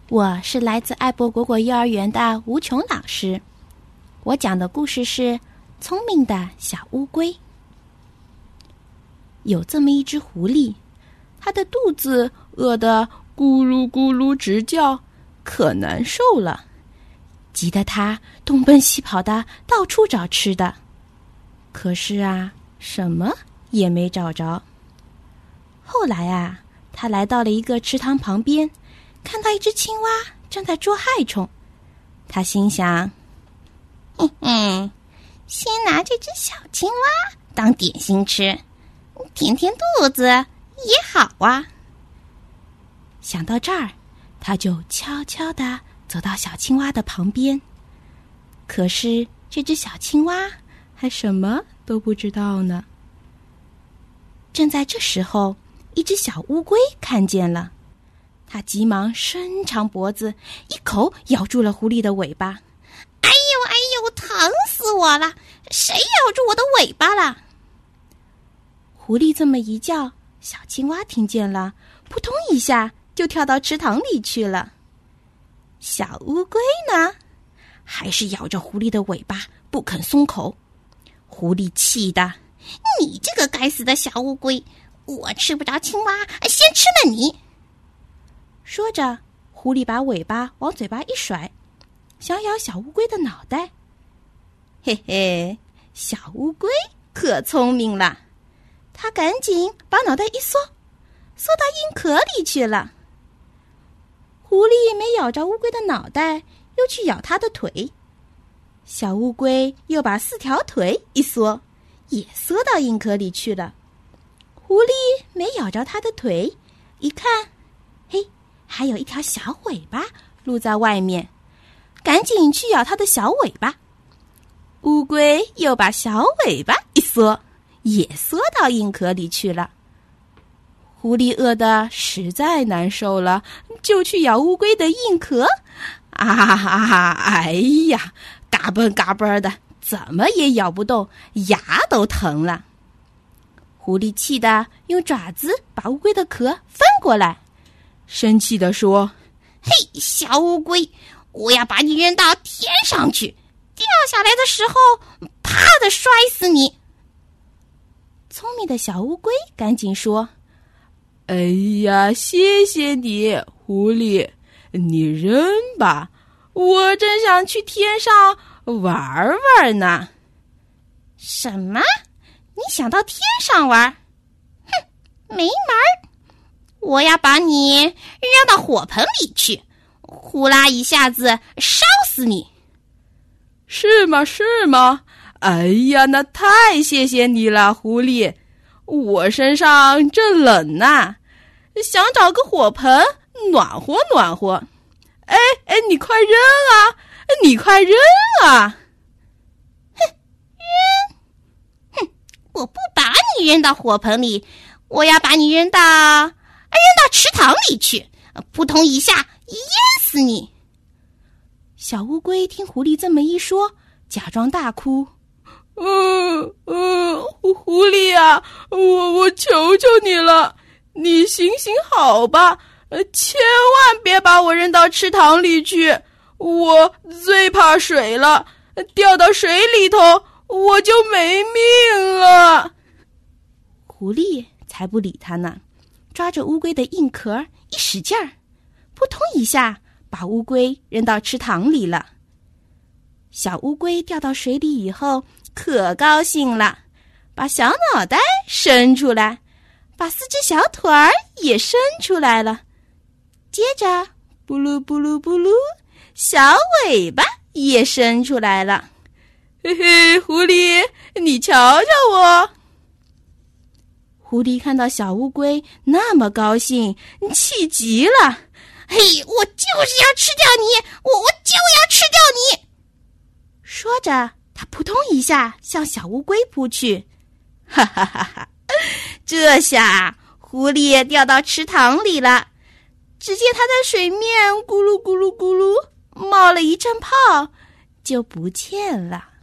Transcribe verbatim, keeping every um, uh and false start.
我是来自爱博果果幼儿园的吴琼老师，我讲的故事是《聪明的小乌龟》。有这么一只狐狸，它的肚子饿得咕噜咕噜直叫，可难受了，急得它东奔西跑的到处找吃的，可是啊，什么也没找着。后来啊，它来到了一个池塘旁边，看到一只青蛙正在捉害虫，他心想，哼哼，先拿这只小青蛙当点心吃，填填肚子也好啊。想到这儿，他就悄悄地走到小青蛙的旁边，可是这只小青蛙还什么都不知道呢。正在这时候，一只小乌龟看见了，他急忙伸长脖子，一口咬住了狐狸的尾巴。哎呦哎呦，疼死我了！谁咬住我的尾巴了？狐狸这么一叫，小青蛙听见了，扑通一下就跳到池塘里去了。小乌龟呢，还是咬着狐狸的尾巴不肯松口。狐狸气得，你这个该死的小乌龟，我吃不着青蛙，先吃了你。说着，狐狸把尾巴往嘴巴一甩，想咬小乌龟的脑袋。嘿嘿，小乌龟可聪明了，它赶紧把脑袋一缩，缩到硬壳里去了。狐狸没咬着乌龟的脑袋，又去咬它的腿。小乌龟又把四条腿一缩，也缩到硬壳里去了。狐狸没咬着它的腿，一看，嘿，还有一条小尾巴露在外面，赶紧去咬它的小尾巴。乌龟又把小尾巴一缩，也缩到硬壳里去了。狐狸饿得实在难受了，就去咬乌龟的硬壳。啊哈哈！哎呀，嘎嘣嘎嘣的，怎么也咬不动，牙都疼了。狐狸气得用爪子把乌龟的壳翻过来，生气地说：嘿，小乌龟，我要把你扔到天上去，掉下来的时候啪的摔死你。聪明的小乌龟赶紧说：哎呀，谢谢你，狐狸，你扔吧，我真想去天上玩玩呢。什么？你想到天上玩？哼，没门儿！我要把你扔到火盆里去，呼啦一下子烧死你。是吗？是吗？哎呀，那太谢谢你了，狐狸。我身上正冷呢，想找个火盆暖和暖和。哎哎，你快扔啊！你快扔啊！哼，扔！哼，我不把你扔到火盆里，我要把你扔到扔到池塘里去，扑通一下淹死你。小乌龟听狐狸这么一说，假装大哭。嗯嗯，狐狐狸啊，我我求求你了，你行行好吧，千万别把我扔到池塘里去，我最怕水了，掉到水里头我就没命了。狐狸才不理他呢，抓着乌龟的硬壳一使劲儿，扑通一下把乌龟扔到池塘里了。小乌龟掉到水里以后可高兴了，把小脑袋伸出来，把四只小腿儿也伸出来了，接着布噜布噜布噜，小尾巴也伸出来了。嘿嘿，狐狸，你瞧瞧我。狐狸看到小乌龟那么高兴，气急了。嘿，我就是要吃掉你，我我就要吃掉你。说着，他扑通一下向小乌龟扑去。哈哈哈哈！这下狐狸掉到池塘里了，只见它在水面咕噜咕噜咕噜冒了一阵泡，就不见了。